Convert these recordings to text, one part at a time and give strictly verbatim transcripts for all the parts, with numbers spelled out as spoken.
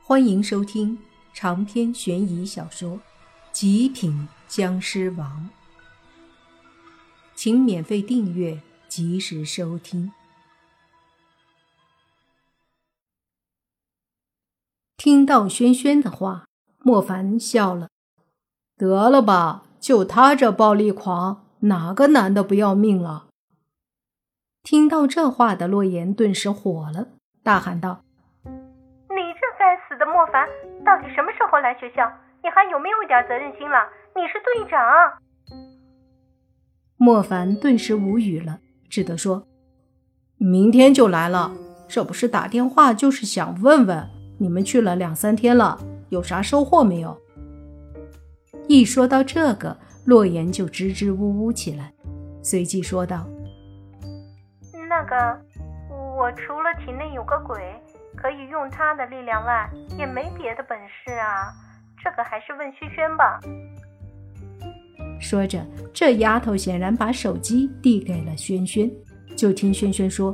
欢迎收听长篇悬疑小说《极品僵尸王》，请免费订阅，及时收听。听到轩轩的话，莫凡笑了。得了吧，就他这暴力狂，哪个男的不要命了？听到这话的洛言顿时火了，大喊道： 你这该死的莫凡，到底什么时候来学校？你还有没有一点责任心了？你是队长。 莫凡顿时无语了，只得说：明天就来了，这不是打电话就是想问问你们去了两三天了，有啥收获没有？一说到这个，洛言就支支吾吾起来，随即说道： 那个，我除了体内有个鬼可以用他的力量外，也没别的本事啊，这个还是问轩轩吧。 说着，这丫头显然把手机递给了轩轩，就听轩轩说：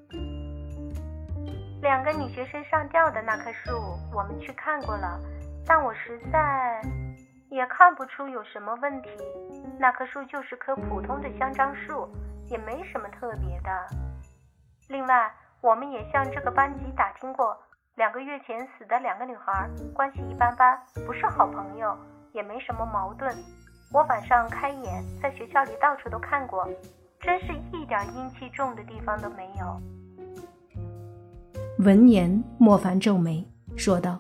两个女学生上吊的那棵树我们去看过了，但我实在也看不出有什么问题，那棵树就是棵普通的香樟树，也没什么特别的。另外，我们也向这个班级打听过，两个月前死的两个女孩关系一般般，不是好朋友，也没什么矛盾。我晚上开眼，在学校里到处都看过，真是一点阴气重的地方都没有。 闻言，莫凡皱眉说道：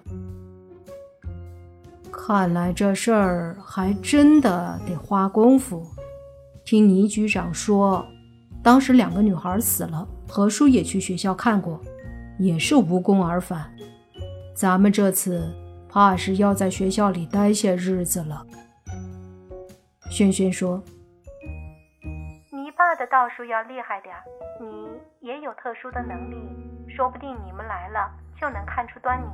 看来这事儿还真的得花功夫。听倪局长说，当时两个女孩死了，何叔也去学校看过，也是无功而返。咱们这次怕是要在学校里待些日子了。轩轩说： 你爸的道术要厉害点，你也有特殊的能力，说不定你们来了就能看出端倪。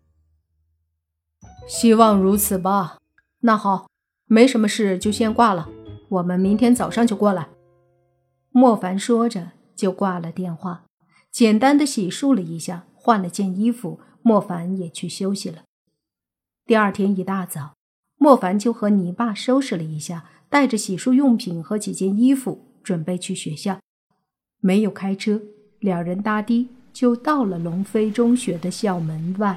希望如此吧。那好，没什么事就先挂了，我们明天早上就过来。莫凡说着就挂了电话，简单的洗漱了一下，换了件衣服，莫凡也去休息了。第二天一大早，莫凡就和泥爸收拾了一下，带着洗漱用品和几件衣服准备去学校。没有开车，两人搭的就到了龙飞中学的校门外。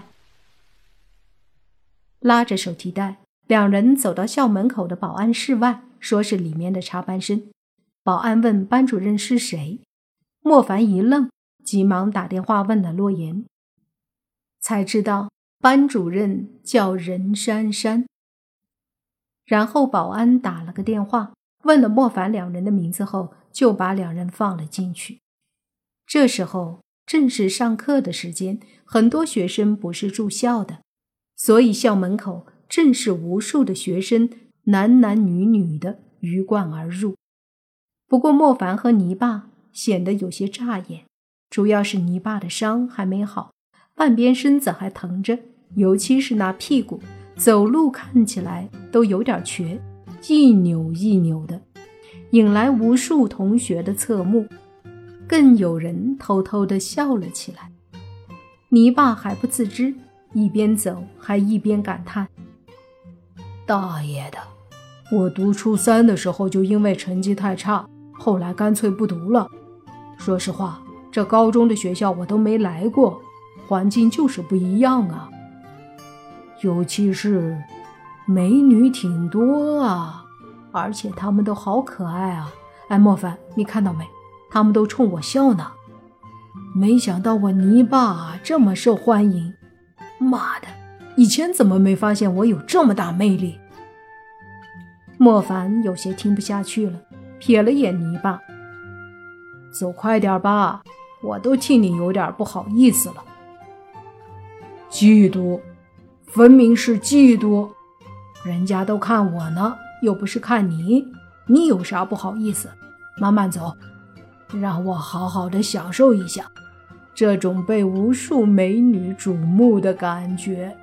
拉着手提袋，两人走到校门口的保安室外，说是里面的插班生。保安问班主任是谁，莫凡一愣，急忙打电话问了洛言，才知道班主任叫任珊珊。然后保安打了个电话，问了莫凡两人的名字后，就把两人放了进去。这时候正是上课的时间，很多学生不是住校的，所以校门口正是无数的学生，男男女女的鱼贯而入。不过莫凡和泥巴显得有些扎眼，主要是泥巴的伤还没好，半边身子还疼着，尤其是那屁股，走路看起来都有点瘸，一扭一扭的，引来无数同学的侧目，更有人偷偷地笑了起来。泥巴还不自知，一边走还一边感叹：大爷的，我读初三的时候就因为成绩太差，后来干脆不读了。说实话，这高中的学校我都没来过，环境就是不一样啊。尤其是美女挺多啊，而且她们都好可爱啊。哎，莫凡，你看到没？他们都冲我笑呢。没想到我泥巴这么受欢迎，妈的，以前怎么没发现我有这么大魅力？莫凡有些听不下去了，瞥了眼泥巴：走快点吧，我都替你有点不好意思了。嫉妒，分明是嫉妒，人家都看我呢，又不是看你，你有啥不好意思？慢慢走，让我好好的享受一下这种被无数美女瞩目的感觉。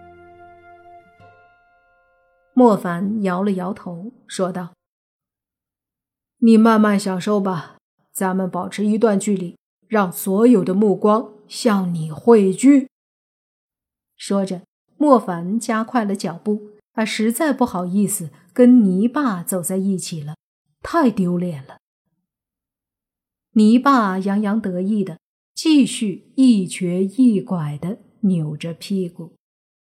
莫凡摇了摇头，说道：你慢慢享受吧，咱们保持一段距离，让所有的目光向你汇聚。说着， 莫凡加快了脚步，他实在不好意思跟泥巴走在一起了，太丢脸了。泥巴洋洋得意的继续一瘸一拐的扭着屁股。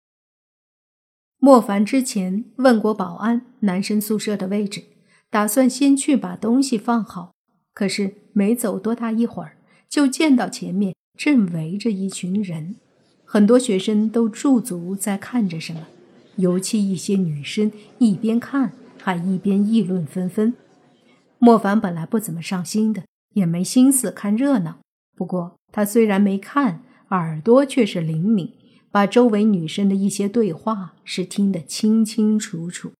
莫凡之前问过保安男生宿舍的位置，打算先去把东西放好，可是没走多大一会儿，就见到前面正围着一群人，很多学生都驻足在看着什么，尤其一些女生一边看还一边议论纷纷。莫凡本来不怎么上心的，也没心思看热闹，不过他虽然没看，耳朵却是灵敏，把周围女生的一些对话是听得清清楚楚。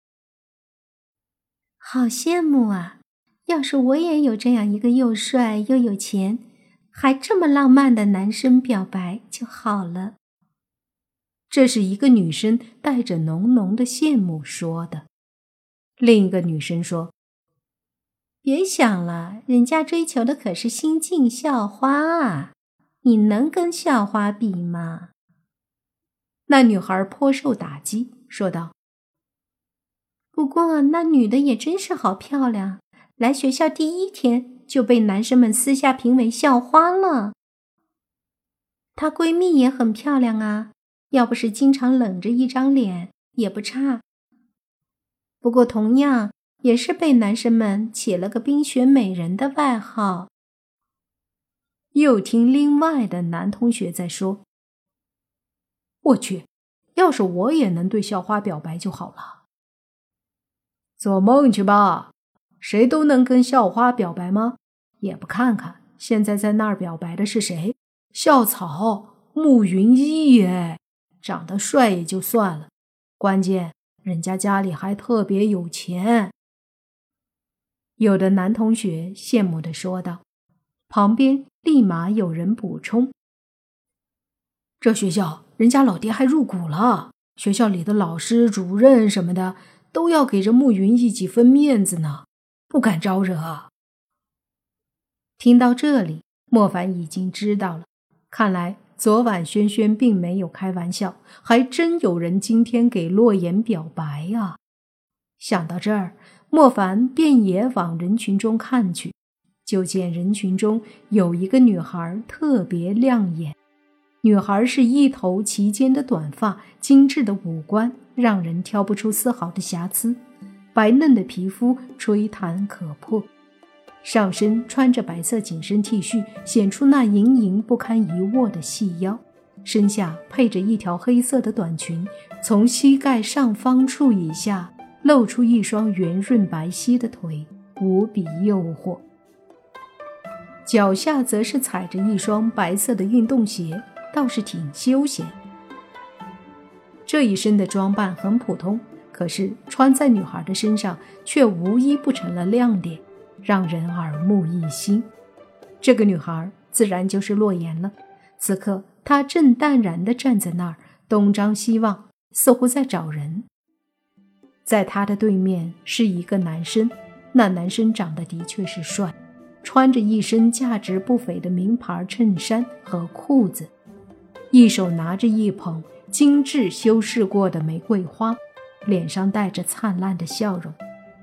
好羡慕啊！要是我也有这样一个又帅又有钱还这么浪漫的男生表白就好了。 这是一个女生带着浓浓的羡慕说的。另一个女生说， 别想了，人家追求的可是新晋校花啊，你能跟校花比吗？ 那女孩颇受打击，说道， 不过那女的也真是好漂亮，来学校第一天就被男生们私下评为校花了。她闺蜜也很漂亮啊，要不是经常冷着一张脸也不差。不过同样也是被男生们起了个冰雪美人的外号。 又听另外的男同学在说，我去，要是我也能对校花表白就好了。做梦去吧，谁都能跟校花表白吗？也不看看现在在那儿表白的是谁？校草慕云逸耶，长得帅也就算了，关键人家家里还特别有钱。有的男同学羡慕地说道，旁边立马有人补充，这学校人家老爹还入股了，学校里的老师主任什么的都要给这慕云逸几分面子呢，不敢招惹啊。听到这里，莫凡已经知道了，看来昨晚轩轩并没有开玩笑，还真有人今天给洛言表白啊。想到这儿，莫凡便也往人群中看去，就见人群中有一个女孩特别亮眼。女孩是一头齐肩的短发，精致的五官让人挑不出丝毫的瑕疵，白嫩的皮肤吹弹可破，上身穿着白色紧身 T 恤，显出那盈盈不堪一握的细腰，身下配着一条黑色的短裙，从膝盖上方处以下露出一双圆润白皙的腿，无比诱惑。脚下则是踩着一双白色的运动鞋，倒是挺休闲。这一身的装扮很普通，可是穿在女孩的身上却无一不成了亮点，让人耳目一新。这个女孩自然就是洛言了。此刻她正淡然地站在那儿，东张西望，似乎在找人。在她的对面是一个男生，那男生长得的确是帅，穿着一身价值不菲的名牌衬衫和裤子，一手拿着一捧精致修饰过的玫瑰花，脸上带着灿烂的笑容。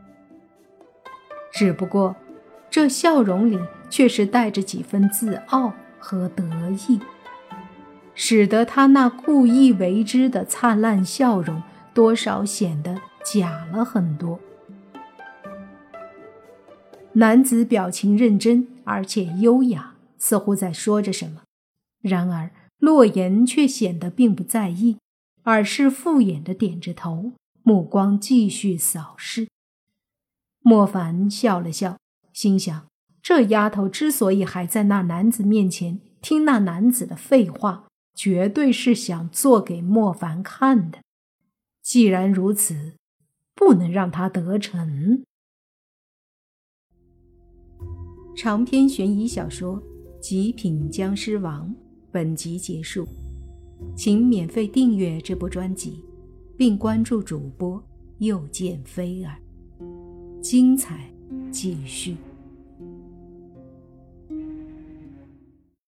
只不过这笑容里却是带着几分自傲和得意，使得他那故意为之的灿烂笑容多少显得假了很多。男子表情认真而且优雅，似乎在说着什么，然而洛言却显得并不在意，而是敷衍地点着头，目光继续扫视。莫凡笑了笑，心想，这丫头之所以还在那男子面前听那男子的废话，绝对是想做给莫凡看的。既然如此，不能让他得逞。长篇悬疑小说《极品僵尸王》本集结束，请免费订阅这部专辑，并关注主播又见菲儿，精彩继续。